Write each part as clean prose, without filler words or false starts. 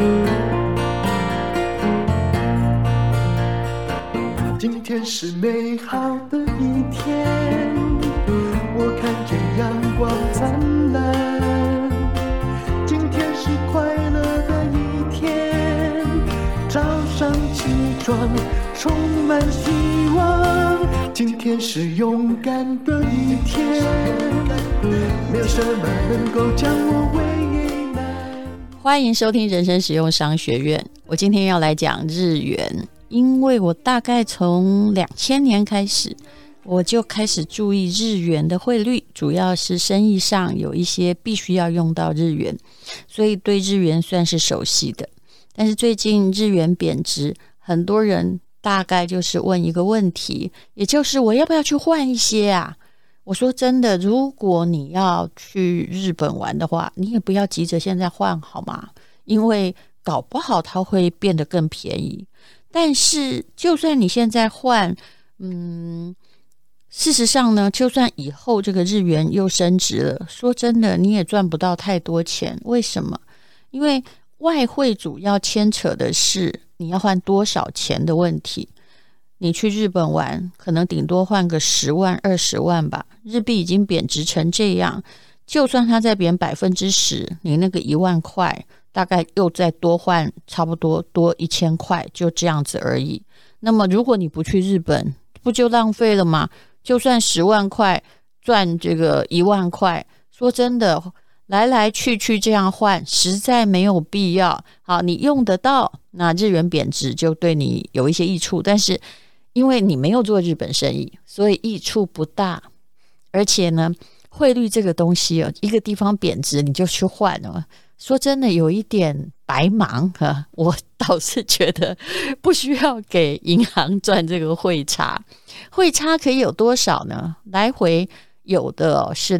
今天是美好的一天，我看见阳光灿烂。今天是快乐的一天，早上起床充满希望。今天是勇敢的一天，没有什么能够将我为难。 欢迎收听人生实用商学院。我今天要来讲日元，因为我大概从2000年开始，我就开始注意日元的汇率，主要是生意上有一些必须要用到日元，所以对日元算是熟悉的。但是最近日元贬值，很多人大概就是问一个问题，也就是我要不要去换一些啊？我说真的，如果你要去日本玩的话，你也不要急着现在换好吗？因为搞不好它会变得更便宜。但是就算你现在换，事实上呢，就算以后这个日元又升值了，说真的你也赚不到太多钱。为什么？因为外汇主要牵扯的是你要换多少钱的问题。你去日本玩，可能顶多换个10万、20万吧。日币已经贬值成这样，就算它再贬10%，你那个1万块大概又再多换差不多多1000块，就这样子而已。那么如果你不去日本，不就浪费了吗？就算10万块赚这个1万块，说真的，来来去去这样换实在没有必要。好，你用得到，那日元贬值就对你有一些益处，但是因为你没有做日本生意，所以益处不大。而且呢，汇率这个东西一个地方贬值你就去换了，说真的有一点白忙我倒是觉得不需要给银行赚这个汇差。汇差可以有多少呢？来回有的是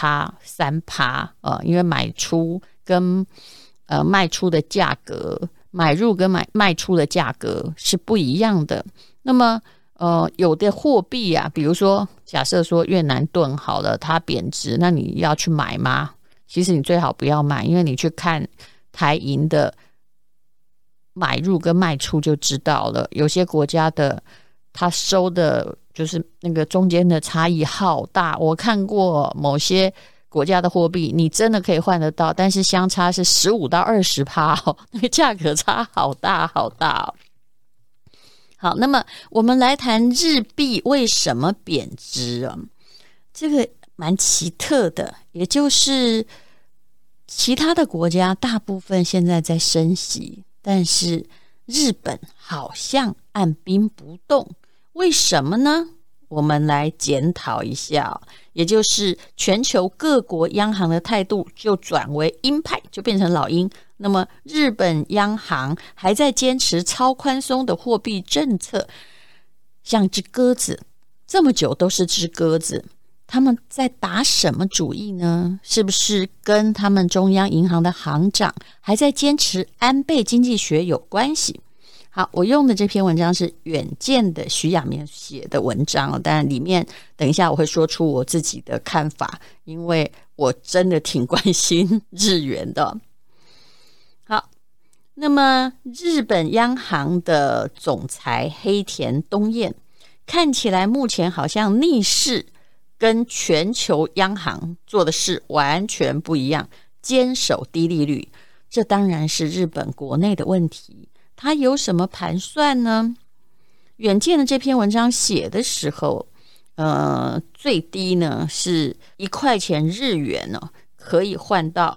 2%、3%，因为买出跟卖出的价格，买入跟卖出的价格是不一样的。那么有的货币啊，比如说假设说越南盾好了，它贬值，那你要去买吗？其实你最好不要买，因为你去看台银的买入跟卖出就知道了。有些国家的它收的就是那个中间的差异好大，我看过某些国家的货币你真的可以换得到，但是相差是15%到20%那个价格差好大好大好，那么我们来谈日币为什么贬值啊？这个蛮奇特的，也就是其他的国家大部分现在在升息，但是日本好像按兵不动，为什么呢？我们来检讨一下，也就是全球各国央行的态度就转为鹰派，就变成老鹰。那么日本央行还在坚持超宽松的货币政策，像只鸽子，这么久都是只鸽子，他们在打什么主意呢？是不是跟他们中央银行的行长还在坚持安倍经济学有关系？好，我用的这篇文章是远见的徐亚绵写的文章，当然里面等一下我会说出我自己的看法，因为我真的挺关心日元的。好，那么日本央行的总裁黑田东彦看起来目前好像逆势跟全球央行做的事完全不一样，坚守低利率，这当然是日本国内的问题。他有什么盘算呢？远见的这篇文章写的时候，最低呢是1块钱日元可以换到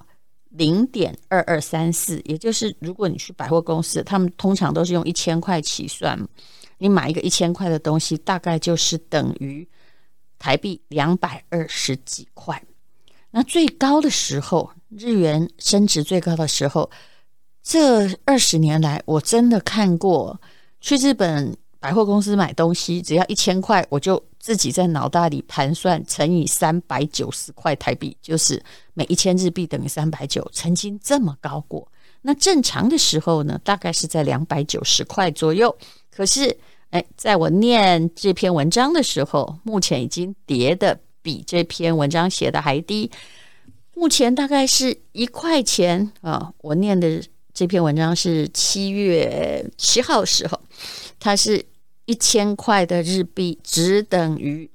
0.2234，也就是如果你去百货公司，他们通常都是用1000块起算，你买一个1000块的东西，大概就是等于台币220几块。那最高的时候，日元升值最高的时候，这20年来我真的看过，去日本百货公司买东西只要1000块，我就自己在脑袋里盘算乘以390块台币，就是每1000日币等于390，曾经这么高过。那正常的时候呢，大概是在290块左右。可是在我念这篇文章的时候，目前已经跌的比这篇文章写的还低，目前大概是1块钱我念的这篇文章是7月10号的时候，它是1000块的日币只等于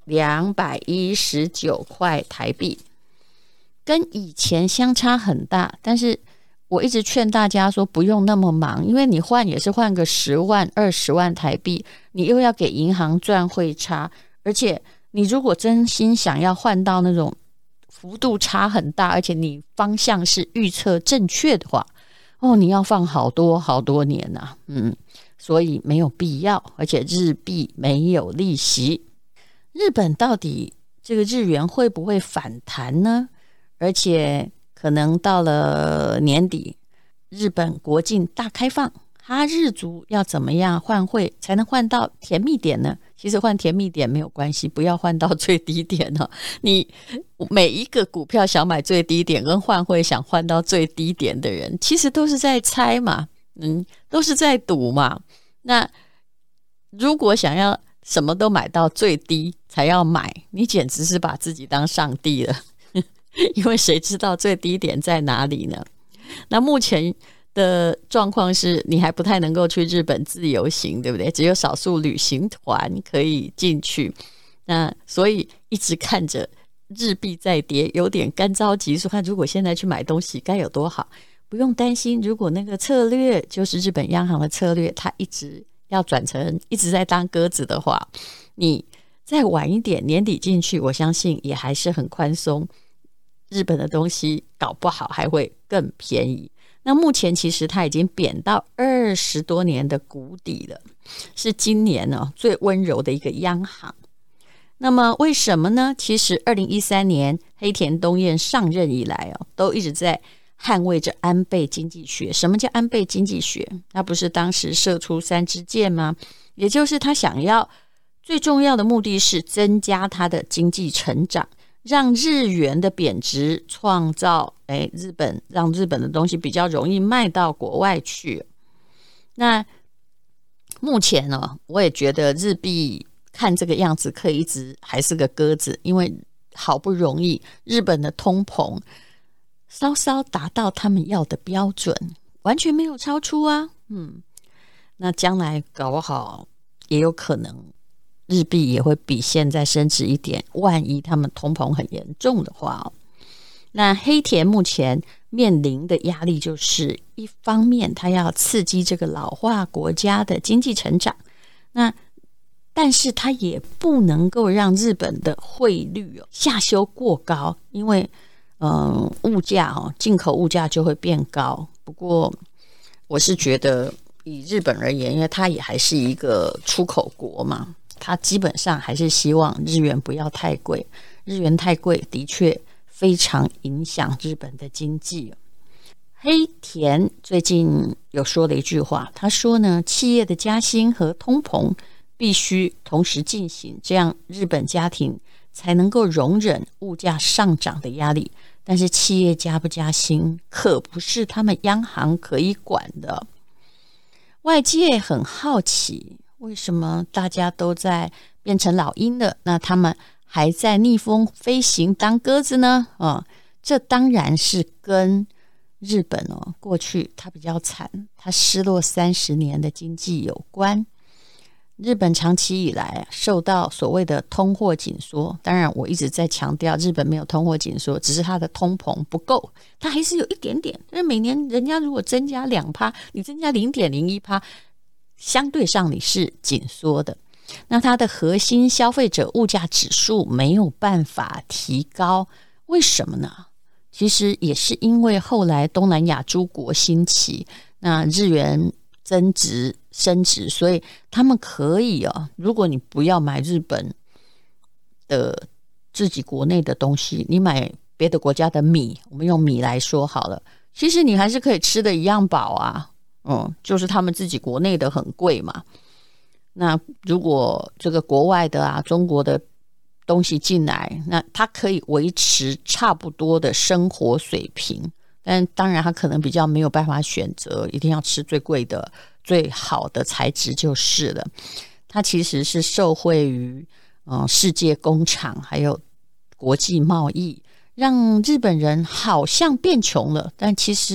219块台币，跟以前相差很大。但是我一直劝大家说不用那么忙，因为你换也是换个10万20万台币，你又要给银行赚汇差，而且你如果真心想要换到那种幅度差很大，而且你方向是预测正确的话，你要放好多年啊。所以没有必要，而且日币没有利息。日本到底这个日元会不会反弹呢？而且可能到了年底，日本国境大开放，哈日族要怎么样换汇才能换到甜蜜点呢？其实换甜蜜点没有关系，不要换到最低点哦。你每一个股票想买最低点跟换汇想换到最低点的人，其实都是在猜嘛，都是在赌嘛。那如果想要什么都买到最低才要买，你简直是把自己当上帝了因为谁知道最低点在哪里呢？那目前的状况是你还不太能够去日本自由行，对不对？只有少数旅行团可以进去，那所以一直看着日币在跌，有点干着急，说看如果现在去买东西该有多好。不用担心，如果那个策略就是日本央行的策略，它一直要转成一直在当鸽子的话，你再晚一点年底进去，我相信也还是很宽松，日本的东西搞不好还会更便宜。那目前其实它已经贬到20多年的谷底了，是今年最温柔的一个央行。那么为什么呢？其实2013年黑田东彦上任以来都一直在捍卫着安倍经济学。什么叫安倍经济学？他不是当时射出3支箭吗？也就是他想要最重要的目的是增加他的经济成长，让日元的贬值创造让日本的东西比较容易卖到国外去。那目前我也觉得日币看这个样子可以一直还是个鸽子，因为好不容易日本的通膨稍稍达到他们要的标准，完全没有超出啊。那将来搞不好也有可能日币也会比现在升值一点，万一他们通膨很严重的话那黑田目前面临的压力就是一方面他要刺激这个老化国家的经济成长，但是他也不能够让日本的汇率下修过高，因为物价进口物价就会变高。不过我是觉得以日本而言，因为它也还是一个出口国嘛，它基本上还是希望日元不要太贵，日元太贵的确非常影响日本的经济。黑田最近有说了一句话，他说呢，企业的加薪和通膨必须同时进行，这样日本家庭才能够容忍物价上涨的压力。但是企业加不加薪可不是他们央行可以管的。外界很好奇，为什么大家都在变成老鹰了，那他们还在逆风飞行当鸽子呢？这当然是跟日本过去它比较惨，它失落30年的经济有关。日本长期以来受到所谓的通货紧缩，当然我一直在强调日本没有通货紧缩，只是它的通膨不够，它还是有一点点，因为每年人家如果增加 2%， 你增加 0.01%， 相对上你是紧缩的。那它的核心消费者物价指数没有办法提高，为什么呢？其实也是因为后来东南亚诸国兴起，那日元增值升值，所以他们可以如果你不要买日本的自己国内的东西，你买别的国家的米，我们用米来说好了，其实你还是可以吃的一样饱啊。就是他们自己国内的很贵嘛，那如果这个国外的中国的东西进来，那它可以维持差不多的生活水平，但当然他可能比较没有办法选择一定要吃最贵的最好的材质就是了。它其实是受惠于世界工厂还有国际贸易，让日本人好像变穷了，但其实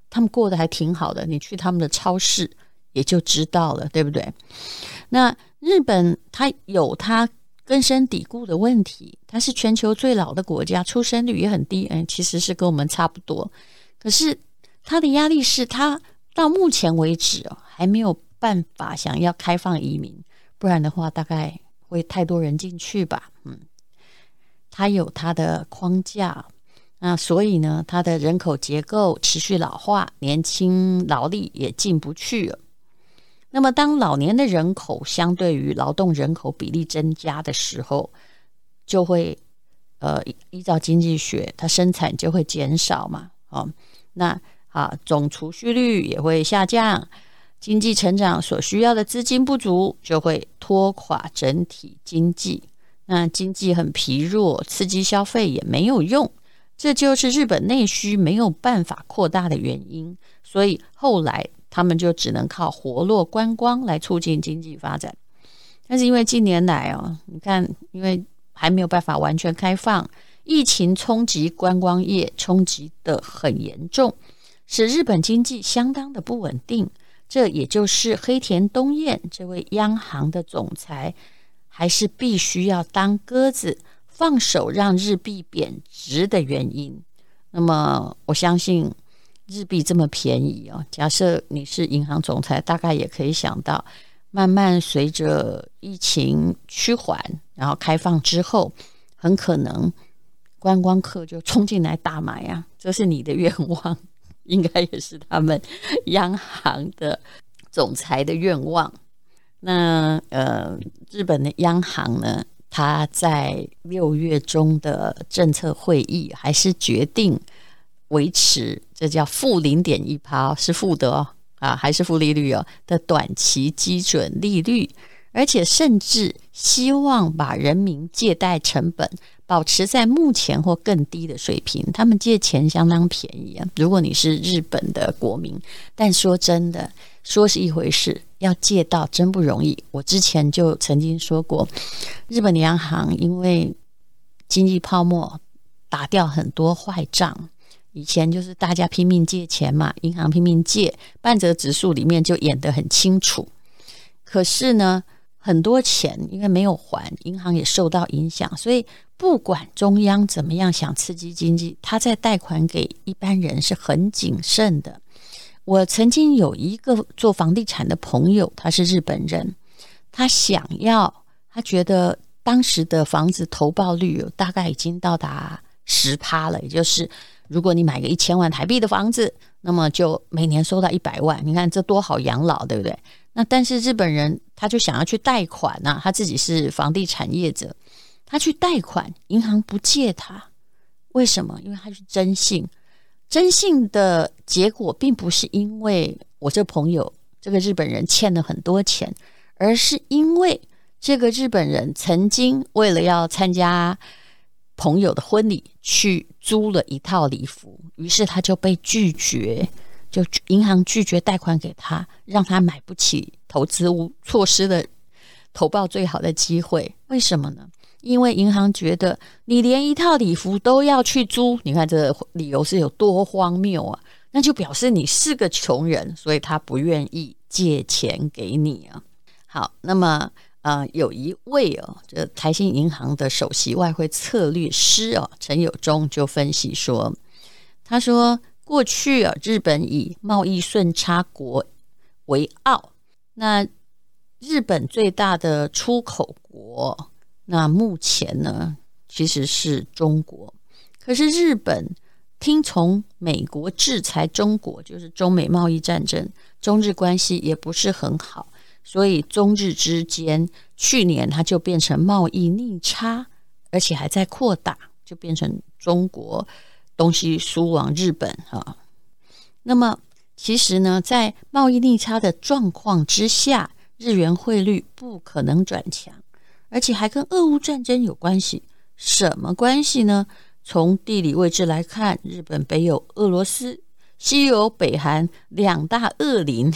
他们过得还挺好的，你去他们的超市也就知道了，对不对？那日本它有它根深蒂固的问题，它是全球最老的国家，出生率也很低，其实是跟我们差不多。可是它的压力是它到目前为止还没有办法想要开放移民，不然的话大概会太多人进去吧。它有它的框架，那所以呢，它的人口结构持续老化，年轻劳力也进不去了。那么当老年的人口相对于劳动人口比例增加的时候，就会依照经济学，它生产就会减少嘛。那总储蓄率也会下降，经济成长所需要的资金不足，就会拖垮整体经济。那经济很疲弱，刺激消费也没有用，这就是日本内需没有办法扩大的原因。所以后来他们就只能靠活络观光来促进经济发展。但是因为近年来你看，因为还没有办法完全开放，疫情冲击观光业，冲击得很严重，使日本经济相当的不稳定。这也就是黑田东彦这位央行的总裁还是必须要当鸽子，放手让日币贬值的原因。那么我相信日币这么便宜假设你是银行总裁，大概也可以想到，慢慢随着疫情趋缓，然后开放之后，很可能观光客就冲进来大买啊，这是你的愿望，应该也是他们央行的总裁的愿望。那日本的央行呢，他在6月中的政策会议还是决定维持，这叫负 0.1%， 是负的还是负利率的短期基准利率，而且甚至希望把人民借贷成本保持在目前或更低的水平。他们借钱相当便宜如果你是日本的国民，但说真的，说是一回事，要借到真不容易。我之前就曾经说过，日本的央行因为经济泡沫打掉很多坏账，以前就是大家拼命借钱嘛，银行拼命借，半泽指数里面就演得很清楚。可是呢，很多钱因为没有还，银行也受到影响，所以不管中央怎么样想刺激经济，他在贷款给一般人是很谨慎的。我曾经有一个做房地产的朋友，他是日本人，他觉得当时的房子投报率大概已经到达 10% 了，也就是如果你买个1000万台币的房子，那么就每年收到100万，你看这多好养老，对不对？那但是日本人他就想要去贷款他自己是房地产业者，他去贷款，银行不借他，为什么？因为他是征信。征信的结果并不是因为我这朋友这个日本人欠了很多钱，而是因为这个日本人曾经为了要参加朋友的婚礼去租了一套礼服，于是他就被拒绝，就银行拒绝贷款给他，让他买不起投资屋，错失了投报最好的机会。为什么呢？因为银行觉得你连一套礼服都要去租，你看这个理由是有多荒谬那就表示你是个穷人，所以他不愿意借钱给你好，那么有一位这台新银行的首席外汇策略师陈友忠就分析说，他说过去日本以贸易顺差国为傲，那日本最大的出口国，那目前呢其实是中国。可是日本听从美国制裁中国，就是中美贸易战争，中日关系也不是很好，所以中日之间去年它就变成贸易逆差，而且还在扩大，就变成中国东西输往日本那么其实呢，在贸易逆差的状况之下，日元汇率不可能转强，而且还跟俄乌战争有关系。什么关系呢？从地理位置来看，日本北有俄罗斯，西有北韩2大恶邻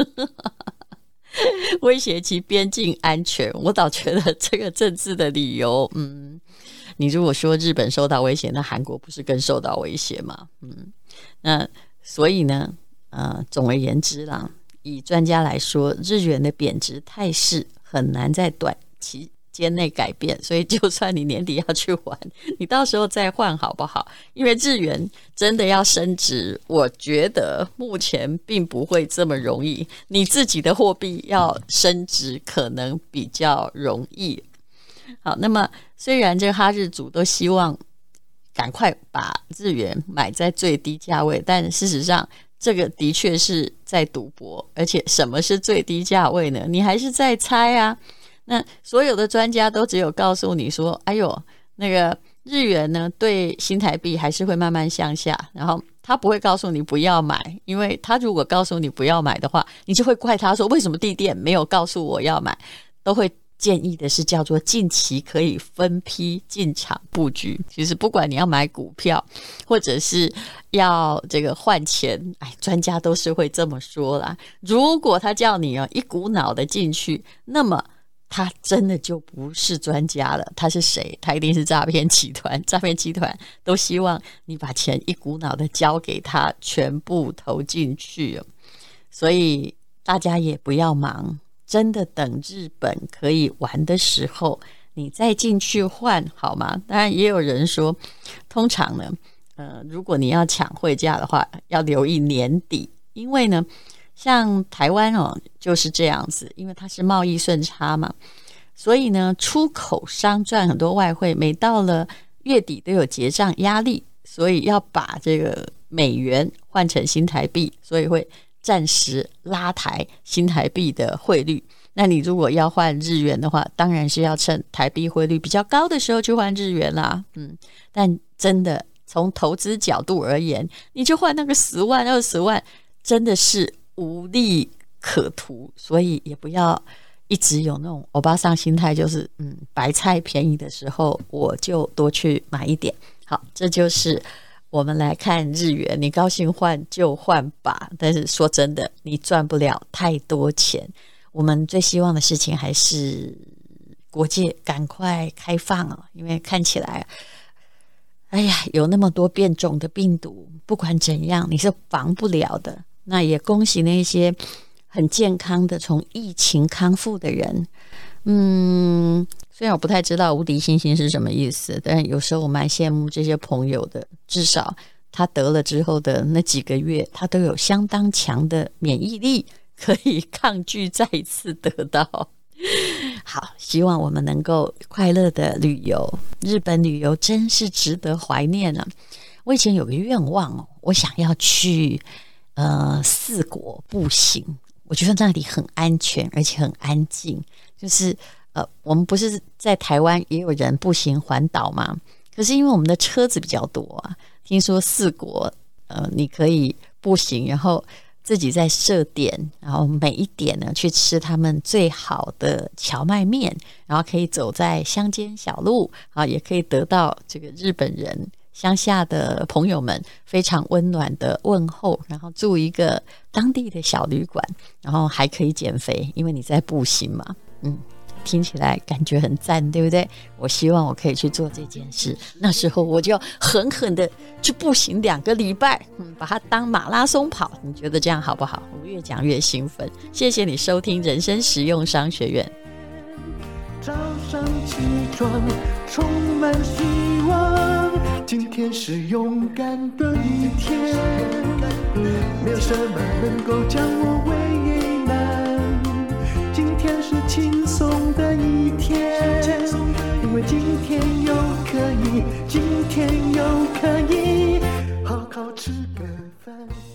威胁其边境安全。我倒觉得这个政治的理由你如果说日本受到威胁，那韩国不是更受到威胁吗？那所以呢总而言之啦，以专家来说，日元的贬值态势很难在短期间内改变，所以就算你年底要去还，你到时候再换好不好？因为日元真的要升值，我觉得目前并不会这么容易，你自己的货币要升值可能比较容易。好，那么虽然这个哈日族都希望赶快把日元买在最低价位，但事实上这个的确是在赌博，而且什么是最低价位呢？你还是在猜啊。那所有的专家都只有告诉你说，哎呦，那个日元呢对新台币还是会慢慢向下，然后他不会告诉你不要买，因为他如果告诉你不要买的话，你就会怪他说为什么地电没有告诉我要买，都会建议的是叫做近期可以分批进场布局。其实不管你要买股票或者是要这个换钱，专家都是会这么说啦。如果他叫你一股脑的进去，那么他真的就不是专家了，他是谁？他一定是诈骗集团。诈骗集团都希望你把钱一股脑的交给他，全部投进去。所以大家也不要忙，真的等日本可以玩的时候，你再进去换好吗？当然也有人说，通常呢，如果你要抢汇价的话，要留意年底，因为呢，像台湾就是这样子，因为它是贸易顺差嘛，所以呢，出口商赚很多外汇，每到了月底都有结账压力，所以要把这个美元换成新台币，所以会暂时拉抬新台币的汇率。那你如果要换日元的话，当然是要趁台币汇率比较高的时候去换日元啦。但真的从投资角度而言，你就换那个10万20万，真的是无利可图，所以也不要一直有那种欧巴桑心态，就是白菜便宜的时候我就多去买一点。好，这就是我们来看日元，你高兴换就换吧，但是说真的，你赚不了太多钱。我们最希望的事情还是国界赶快开放了，因为看起来有那么多变种的病毒，不管怎样你是防不了的。那也恭喜那些很健康的从疫情康复的人。虽然我不太知道无敌星星是什么意思，但有时候我蛮羡慕这些朋友的，至少他得了之后的那几个月，他都有相当强的免疫力，可以抗拒再一次得到。好，希望我们能够快乐的旅游。日本旅游真是值得怀念啊！我以前有个愿望我想要去四国步行，我觉得那里很安全，而且很安静。就是我们不是在台湾也有人步行环岛吗？可是因为我们的车子比较多啊，听说四国你可以步行，然后自己在设点，然后每一点呢去吃他们最好的荞麦面，然后可以走在乡间小路，也可以得到这个日本人乡下的朋友们非常温暖的问候，然后住一个当地的小旅馆，然后还可以减肥，因为你在步行嘛。听起来感觉很赞，对不对？我希望我可以去做这件事，那时候我就狠狠的去步行2个礼拜，把它当马拉松跑。你觉得这样好不好？我越讲越兴奋。谢谢你收听人生实用商学院。 早上起床充满希望，今天是勇敢的一天，没有什么能够将我为难，今天是轻松的一天，因为今天又可以好好吃个饭。